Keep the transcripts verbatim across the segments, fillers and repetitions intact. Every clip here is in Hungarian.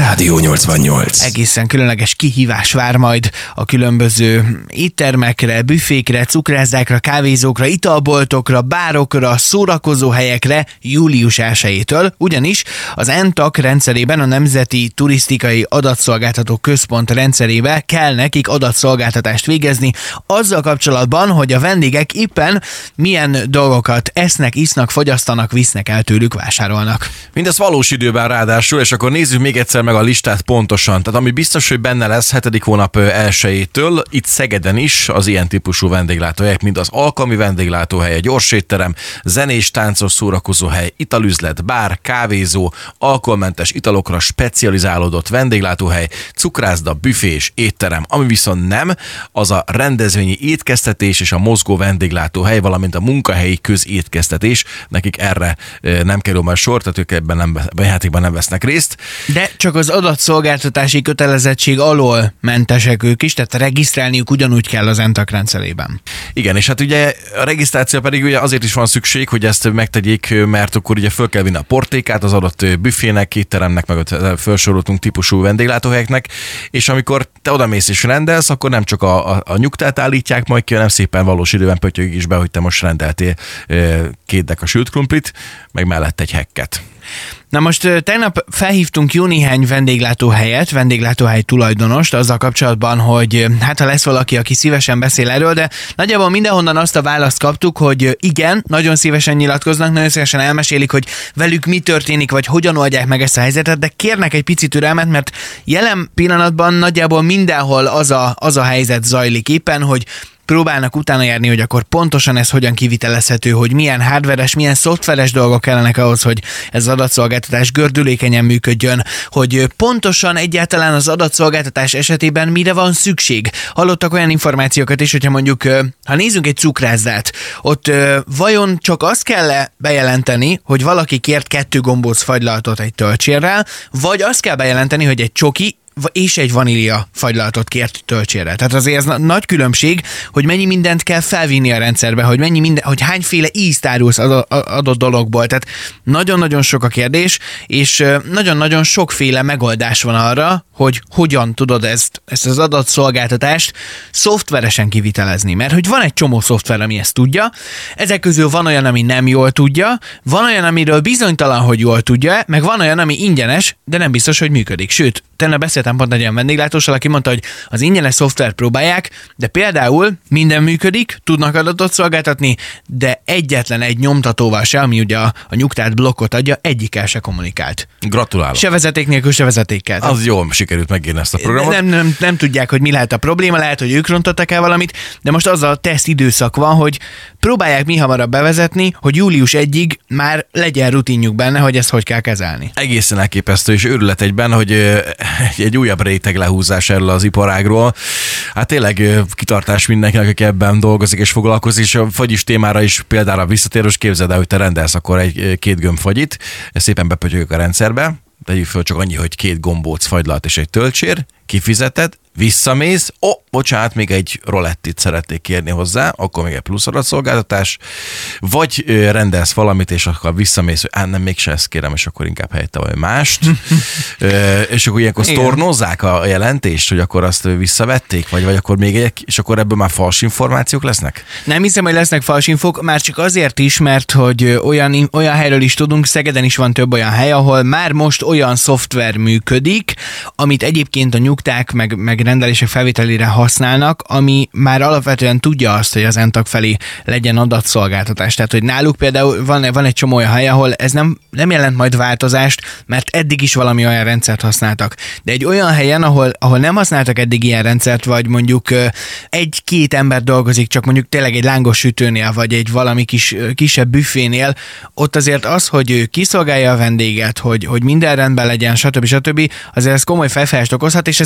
Rádió nyolcvannyolc. Egészen különleges kihívás vár majd a különböző éttermekre, büfékre, cukrászdákra, kávézókra, italboltokra, bárokra, szórakozóhelyekre július elsejétől, ugyanis az en té á ká rendszerében, a Nemzeti Turisztikai Adatszolgáltató Központ rendszerébe kell nekik adatszolgáltatást végezni azzal kapcsolatban, hogy a vendégek éppen milyen dolgokat esznek, isznak, fogyasztanak, visznek el tőlük, vásárolnak. Mindez valós időben ráadásul, és akkor nézzük még egyszer meg a listát pontosan. Tehát ami biztos, hogy benne lesz hetedik hónap elsejétől, itt Szegeden is az ilyen típusú vendéglátóhelyek, mint az alkalmi vendéglátóhely, gyorsétterem, zenés, táncos szórakozóhely, italüzlet, bár, kávézó, alkoholmentes italokra specializálódott vendéglátóhely, cukrászda, büfé és étterem. Ami viszont nem, az a rendezvényi étkeztetés és a mozgó vendéglátóhely, valamint a munkahelyi közétkeztetés. Nekik erre nem kerül majd sor, tehát ők ebben nem, játékban nem vesznek részt. De csak az adatszolgáltatási kötelezettség alól mentesek ők is, tehát regisztrálniuk ugyanúgy kell az en té á ká rendszerében. Igen, és hát ugye a regisztráció pedig ugye azért is van szükség, hogy ezt megtegyék, mert akkor ugye föl kell vinni a portékát az adott büfének, étteremnek, meg a felsoroltunk típusú vendéglátőhelyeknek, és amikor te odamész és rendelsz, akkor nem csak a, a, a nyugtát állítják majd ki, hanem szépen valós időben pöttyögik is be, hogy te most rendeltél két deka sült krumplit, meg mellett egy hekket. Na most tegnap felhívtunk jó néhány vendéglátóhelyet, vendéglátóhely tulajdonost azzal kapcsolatban, hogy hát ha lesz valaki, aki szívesen beszél erről, de nagyjából mindenhonnan azt a választ kaptuk, hogy igen, nagyon szívesen nyilatkoznak, nagyon szívesen elmesélik, hogy velük mi történik, vagy hogyan oldják meg ezt a helyzetet, de kérnek egy picit türelmet, mert jelen pillanatban nagyjából mindenhol az a, az a helyzet zajlik éppen, hogy próbálnak utána járni, hogy akkor pontosan ez hogyan kivitelezhető, hogy milyen hardveres, milyen szoftveres dolgok kellenek ahhoz, hogy ez az adatszolgáltatás gördülékenyen működjön, hogy pontosan egyáltalán az adatszolgáltatás esetében mire van szükség. Hallottak olyan információkat is, hogyha mondjuk, ha nézzünk egy cukrászdát, ott vajon csak azt kell bejelenteni, hogy valaki kért kettő gombóc fagylalatot egy töltsérrel, vagy azt kell bejelenteni, hogy egy csoki és egy vanília fagylalatot kért töltsérrel. Tehát azért ez na- nagy különbség, hogy mennyi mindent kell felvinni a rendszerbe, hogy mennyi minden, hogy hányféle ízt árulsz az adott dologból. Tehát nagyon-nagyon sok a kérdés, és nagyon-nagyon sokféle megoldás van arra, hogy hogyan tudod ezt, ezt az adatszolgáltatást szoftveresen kivitelezni. Mert hogy van egy csomó szoftver, ami ezt tudja, ezek közül van olyan, ami nem jól tudja, van olyan, amiről bizonytalan, hogy jól tudja, meg van olyan, ami ingyenes, de nem biztos, hogy működik. Sőt, tegnap beszéltem pont egy olyan vendéglátóssal, aki mondta, hogy az ingyenes szoftvert próbálják, de például minden működik, tudnak adatot szolgáltatni, de egyetlen egy nyomtatóval se, ami ugye a, a nyugtát blokkot adja, egyikkel se kommunikált. Gratulálok. Se vezeték nélkül, se vezetékkel. Az jól sikerült megírni ezt a programot. Nem, nem, nem tudják, hogy mi lehet a probléma, lehet, hogy ők rontottak el valamit, de most az a teszt időszak van, hogy próbálják mi hamarabb bevezetni, hogy július elsejéig már legyen rutinjuk benne, hogy ezt hogy kell kezelni. Egészen elképesztő, és őrület egyben, hogy egy újabb réteg lehúzás erről az iparágról. Hát tényleg kitartás mindenkinek, aki ebben dolgozik és foglalkozik, és a fagyis témára is például visszatérős, képzeld el, hogy te rendelsz akkor egy két gömb fagyit, ezt szépen bepötyögök a rendszerbe, tegyük föl csak annyi, hogy két gombóc fagylat és egy töltsér, kifizeted, visszamész, ó, oh, bocsánat, még egy rolettit szeretnék kérni hozzá, akkor még egy plusz adatszolgáltatás, vagy ö, rendelsz valamit, és akkor visszamész, hogy á, nem, mégse ezt kérem, és akkor inkább helyette valami mást. ö, és akkor ilyenkor sztornozzák a jelentést, hogy akkor azt visszavették, vagy, vagy akkor még egy, és akkor ebből már fals információk lesznek? Nem hiszem, hogy lesznek fals infók, már csak azért is, mert hogy olyan, olyan helyről is tudunk, Szegeden is van több olyan hely, ahol már most olyan szoftver működik, amit egyébként a nyugták meg, meg rendelések felvételére használnak, ami már alapvetően tudja azt, hogy az en té á ká felé legyen adatszolgáltatás. Tehát, hogy náluk például van, van egy csomó olyan hely, ahol ez nem, nem jelent majd változást, mert eddig is valami olyan rendszert használtak. De egy olyan helyen, ahol, ahol nem használtak eddig ilyen rendszert, vagy mondjuk egy-két ember dolgozik, csak mondjuk tényleg egy lángos sütőnél, vagy egy valami kis, kisebb büfénél, ott azért az, hogy ő kiszolgálja a vendéget, hogy, hogy minden rendben legyen, stb. stb. Azért ez komoly fejfájást okozhat, és ez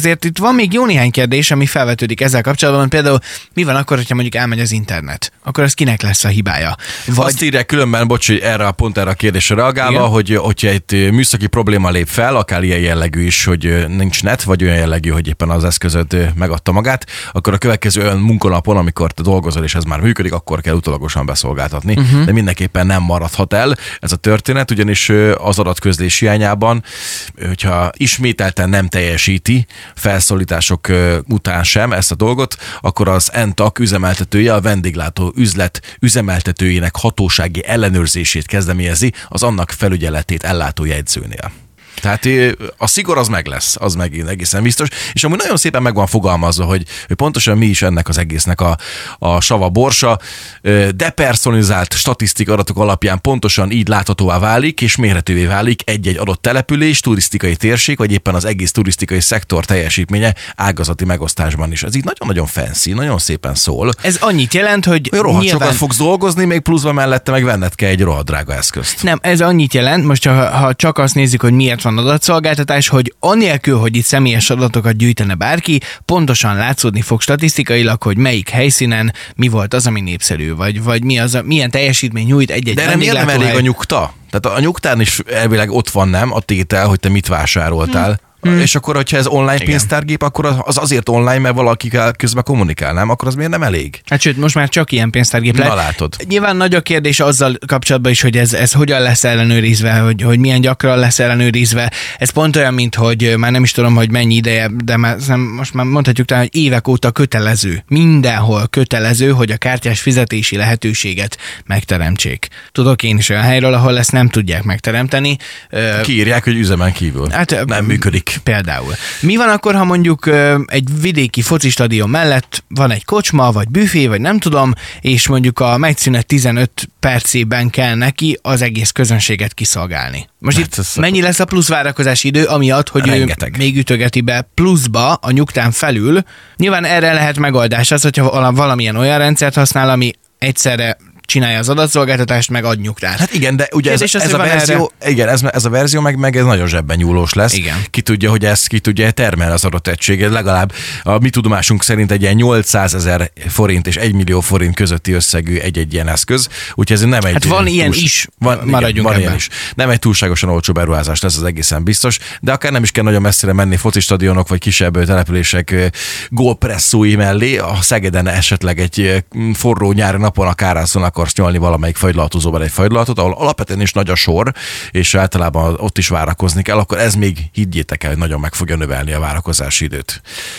azért itt van még jó néhány kérdés, ami felvetődik ezzel kapcsolatban, például mi van akkor, hogyha mondjuk elmegy az internet? Akkor az kinek lesz a hibája? Vagy... Azt írják különben, bocs, hogy erre a pont erre a kérdésre reagálva, igen? hogy hogyha egy műszaki probléma lép fel, akár ilyen jellegű is, hogy nincs net, vagy olyan jellegű, hogy éppen az eszközöd megadta magát, akkor a következő olyan munkanapon, amikor te dolgozol, és ez már működik, akkor kell utólagosan beszolgáltatni. Uh-huh. De mindenképpen nem maradhat el ez a történet, ugyanis az adatközlés hiányában, hogyha ismételten nem teljesíti felszólítások után sem ezt a dolgot, akkor az en té á ká üzemeltetője a vendéglátó üzlet üzemeltetőjének hatósági ellenőrzését kezdeményezi az annak felügyeletét ellátó jegyzőnél. Tehát a szigor az meg lesz, az megint egészen biztos, és amúgy nagyon szépen meg van fogalmazva, hogy, hogy pontosan mi is ennek az egésznek a, a sava borsa, depersonalizált statisztikai adatok alapján pontosan így láthatóvá válik, és mérhetővé válik egy-egy adott település, turisztikai térség, vagy éppen az egész turisztikai szektor teljesítménye ágazati megosztásban is. Ez így nagyon-nagyon fancy, nagyon szépen szól. Ez annyit jelent, hogy rohadt nyilván... sokat fogsz dolgozni, még pluszban mellette meg venned kell egy rohadt drága eszközt. Nem, ez annyit jelent, most ha, ha csak azt nézzük, hogy miért van adatszolgáltatás, hogy anélkül, hogy itt személyes adatokat gyűjtene bárki, pontosan látszódni fog statisztikailag, hogy melyik helyszínen mi volt az, ami népszerű, vagy, vagy mi az, a, milyen teljesítmény nyújt egy-egy De nem elég a nyugta? Tehát a nyugtán is elvileg ott van, nem? A tétel, hogy te mit vásároltál. Hmm. Hmm. És akkor, hogyha ez online igen. pénztárgép, akkor az azért online, mert valakikkel közben kommunikál, nem? Akkor az miért nem elég? Hát sőt, most már csak ilyen pénztárgép lehet. Na látod. Nyilván nagy a kérdés azzal kapcsolatban is, hogy ez, ez hogyan lesz ellenőrizve, hogy, hogy milyen gyakran lesz ellenőrizve. Ez pont olyan, mint hogy már nem is tudom, hogy mennyi ideje, de már, most már mondhatjuk talán, hogy évek óta kötelező. Mindenhol kötelező, hogy a kártyás fizetési lehetőséget megteremtsék. Tudok én is olyan helyről, ahol ezt nem tudják megteremteni. Kiírják, hogy üzemen kívül. Hát, nem működik. Például. Mi van akkor, ha mondjuk egy vidéki focistadion mellett van egy kocsma, vagy büfé, vagy nem tudom, és mondjuk a meccszünet tizenöt percében kell neki az egész közönséget kiszolgálni. Most hát itt mennyi lesz a plusz várakozási idő, amiatt, hogy rengeteg. Ő még ütögeti be pluszba a nyugtán felül. Nyilván erre lehet megoldás az, hogyha valamilyen olyan rendszert használ, ami egyszerre csinálja az adatszolgáltatást, meg ad nyugtát. Hát igen, de ugye ez, ez, a verzió, igen, ez, ez a verzió meg, meg ez nagyon zsebben nyúlós lesz. Igen. Ki tudja, hogy ezt ki tudja termelni az adott egységet. Legalább a mi tudomásunk szerint egy ilyen nyolcszázezer forint és egy millió forint közötti összegű egy-egy ilyen eszköz. Úgyhogy ez nem egy... Hát van ilyen túls... is, van, maradjunk igen, van ilyen is. Nem egy túlságosan olcsó beruházás lesz, az egészen biztos, de akár nem is kell nagyon messzire menni focistadionok vagy kisebb települések gólpresszói mellé. A Szegeden esetleg egy forró nyári napon a Kárászon akarsz nyolni valamelyik fagylaltozóban egy fagylaltot, ahol alapvetően is nagy a sor, és általában ott is várakozni kell, akkor ez még higgyétek el, hogy nagyon meg fogja növelni a várakozási időt.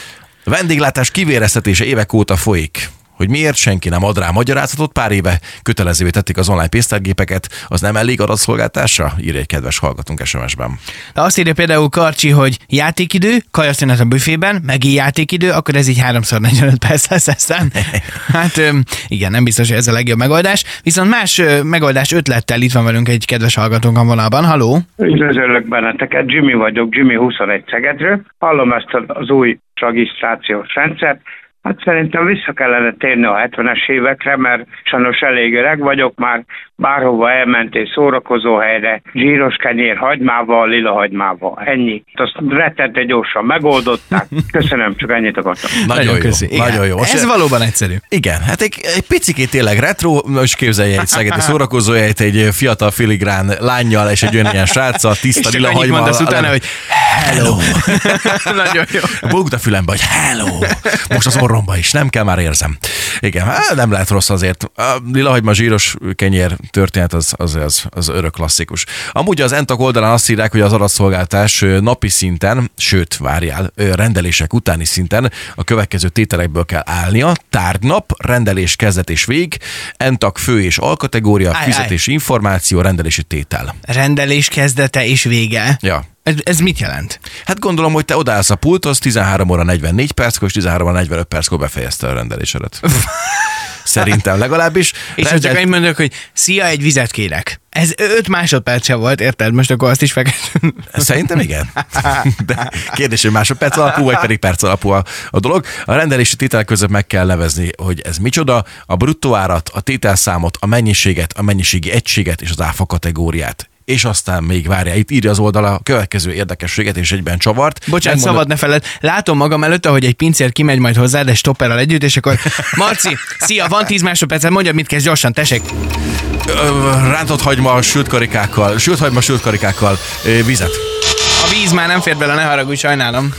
A vendéglátás kivéreztetése évek óta folyik. Hogy miért senki nem ad rá magyarázatot, pár éve kötelezővé tették az online pénztárgépeket, az nem elég adatszolgáltásra? Írja egy kedves hallgatónk es em es-ben. De azt írja például Karcsi, hogy játékidő, kajaszünet a büfében, megint játékidő, akkor ez így háromszor negyvenöt perc lesz aztán. Hát igen, nem biztos, hogy ez a legjobb megoldás. Viszont más megoldás ötlettel itt van velünk egy kedves hallgatónk a vonalban. Halló! Üdvözöllök benneteket, Jimmy vagyok, Jimmy huszonegy Szegedről. Hallom ezt az új regisztrációs rendszert. Hát szerintem vissza kellene térni a hetvenes évekre, mert sajnos elég öreg vagyok már, bárhova elmentél szórakozó helyre, zsíros kenyér hagymával, lila hagymával. Ennyi. Azt rettente gyorsan megoldották. Köszönöm, csak ennyit akartam. Nagyon, nagyon jó. Igen. Nagyon jó. Ez valóban egyszerű. Igen, hát egy, egy picikét tényleg retro, most képzelje egy szegedi szórakozóhelyet, egy fiatal filigrán lányjal és egy olyan sráccal, tiszta lila hagymával. És csak mondasz utána, hogy hello. Nagyon jó. Bogd a fülembe, hogy hello. Most az orromba is, nem kell, már érzem. Igen, hát nem lehet rossz azért. A lila hagyma zsíros kenyér történet az, az, az, az örök klasszikus. Amúgy az en té á ká oldalán azt írják, hogy az adatszolgáltás napi szinten, sőt, várjál, rendelések utáni szinten a következő tételekből kell állnia. Tárgynap, rendelés kezdet és vég, en té á ká fő és alkategória, fizetési információ, rendelési tétel. Rendelés kezdete és vége. Ja. Ez, ez mit jelent? Hát gondolom, hogy te odaállsz a pulthoz, tizenhárom óra negyvennégy perckor, és tizenhárom óra negyvenöt perckor befejezte a rendelésedet. Szerintem legalábbis. És Rendel... csak annyit mondok, hogy szia, egy vizet kérek. Ez öt másodperce volt, érted? Most akkor azt is fekete. Szerintem igen. De kérdés, hogy másodperc alapú, vagy pedig perc alapú a, a dolog. A rendelési tétel között meg kell nevezni, hogy ez micsoda, a bruttó árat, a tételszámot, a mennyiséget, a mennyiségi egységet és az áfa kategóriát. és aztán még várja, itt írja az oldala a következő érdekességet és egyben csavart. Bocsánat, szabad ne feled. Látom magam előtt, hogy egy pincér kimegy majd hozzá, de stopperral együtt, és akkor Marci, szia, van tíz másodpercet, mondjad, mit kezd gyorsan, tessék. Rántott hagyma, sült karikákkal, sült hagyma, sült karikákkal, vizet. A víz már nem fér bele, ne haragudj, sajnálom.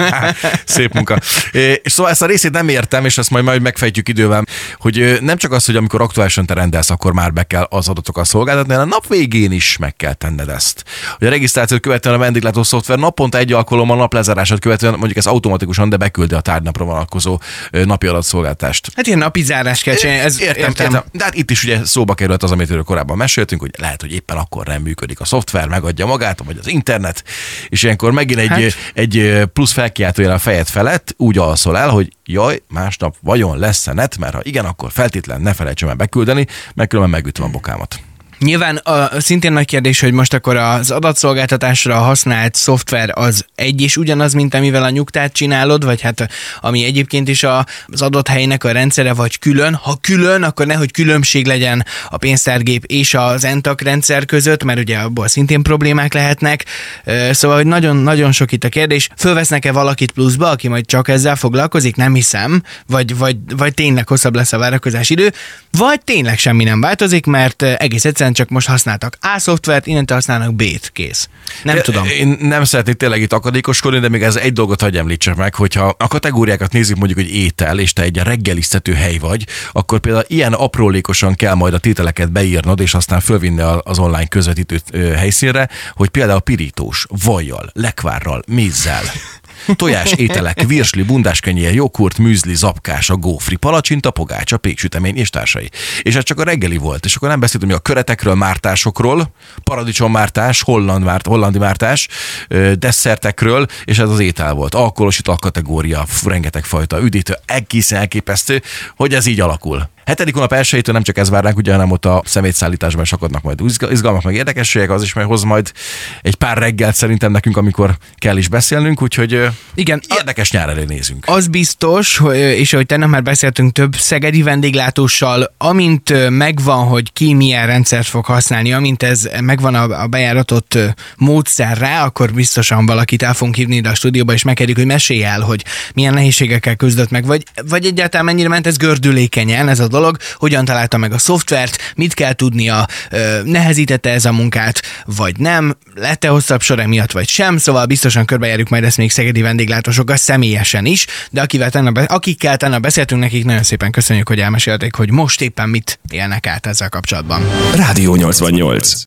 Szép munka. És szóval ezt a részét nem értem, és ezt majd, majd megfejtjük idővel, hogy nem csak az, hogy amikor aktuálisan te rendelsz, akkor már be kell az adatokat szolgáltatni, hanem a nap végén is meg kell tenned ezt. Hogy a regisztrációt követően a vendéglátó szoftver naponta egy alkalommal nap lezárását követően, mondjuk ez automatikusan, de beküldi a tárgynapra vonatkozó napi adatszolgáltást. Hát ilyen napi zárás kell csinálni, ez értem, értem. értem. De hát itt is ugye szóba került az, amit korábban meséltünk, hogy lehet, hogy éppen akkor nem működik a szoftver, megadja magát, vagy az internet, és ilyenkor megint egy, hát. egy plusz felkiáltójel a fejed felett úgy alszol el, hogy jaj, másnap vajon lesz-e net, mert ha igen, akkor feltétlen ne felejtsem el beküldeni, mert különben megütöm a bokámat. Nyilván a, szintén nagy kérdés, hogy most akkor az adatszolgáltatásra használt szoftver az egy és ugyanaz, mint amivel a nyugtát csinálod, vagy hát ami egyébként is a, az adott helynek a rendszere, vagy külön. Ha külön, akkor nehogy különbség legyen a pénztárgép és az Entak rendszer között, mert ugye abból szintén problémák lehetnek. Szóval, hogy nagyon-nagyon sok itt a kérdés. Fölvesznek-e valakit pluszba, aki majd csak ezzel foglalkozik? Nem hiszem. Vagy, vagy, vagy tényleg hosszabb lesz a várakozás idő, vagy tényleg semmi nem változik, mert egész egyszerűen csak most használtak A szoftvert, innentől használnak B-t, kész. Nem de, tudom. Én nem szeretnék tényleg itt akadékoskodni, de még ez egy dolgot hagyj említsek meg, hogyha a kategóriákat nézzük, mondjuk, hogy étel, és te egy reggeliztető hely vagy, akkor például ilyen aprólékosan kell majd a tételeket beírnod, és aztán fölvinni az online közvetítő helyszínre, hogy például pirítós, vajjal, lekvárral, mézzel, tojás, ételek, virsli, bundáskenyér, joghurt, műzli, zapkás, a gófri, palacsinta, pogácsa, péksütemény és társai. És ez csak a reggeli volt. És akkor nem beszéltünk a köretekről, mártásokról, paradicsommártás, holland márt, hollandi mártás, desszertekről, és ez az étel volt. Alkoholos ital kategória, rengeteg fajta üdítő, egészen elképesztő, hogy ez így alakul. Hetedik hónap elsőjétől nem csak ez vár ránk, ugye, hanem ott a szemétszállításban is akadnak majd izgalmak, meg érdekességek, az is majd hoz majd egy pár reggelt szerintem nekünk, amikor kell is beszélnünk, úgyhogy igen, érdekes nyár elé nézünk. Az biztos, és ahogy tegnap már beszéltünk több szegedi vendéglátóssal, amint megvan, hogy ki milyen rendszert fog használni, amint ez megvan a bejáratott módszer rá, akkor biztosan valakit el fogunk hívni ide a stúdióba, és megkérjük, hogy mesélj el, hogy milyen nehézségekkel küzdött meg, vagy, vagy egyáltalán mennyire ment ez gördülékenyen, ez a dolog, hogyan találta meg a szoftvert, mit kell tudnia, nehezítette ez a munkát, vagy nem, lett-e hosszabb sor emiatt, vagy sem, szóval biztosan körbejárjuk majd ezt még szegedi vendéglátósokkal személyesen is, de akivel tennap, akikkel tennap beszéltünk, nekik nagyon szépen köszönjük, hogy elmesélték, hogy most éppen mit élnek át ezzel kapcsolatban. Rádió nyolcvannyolc.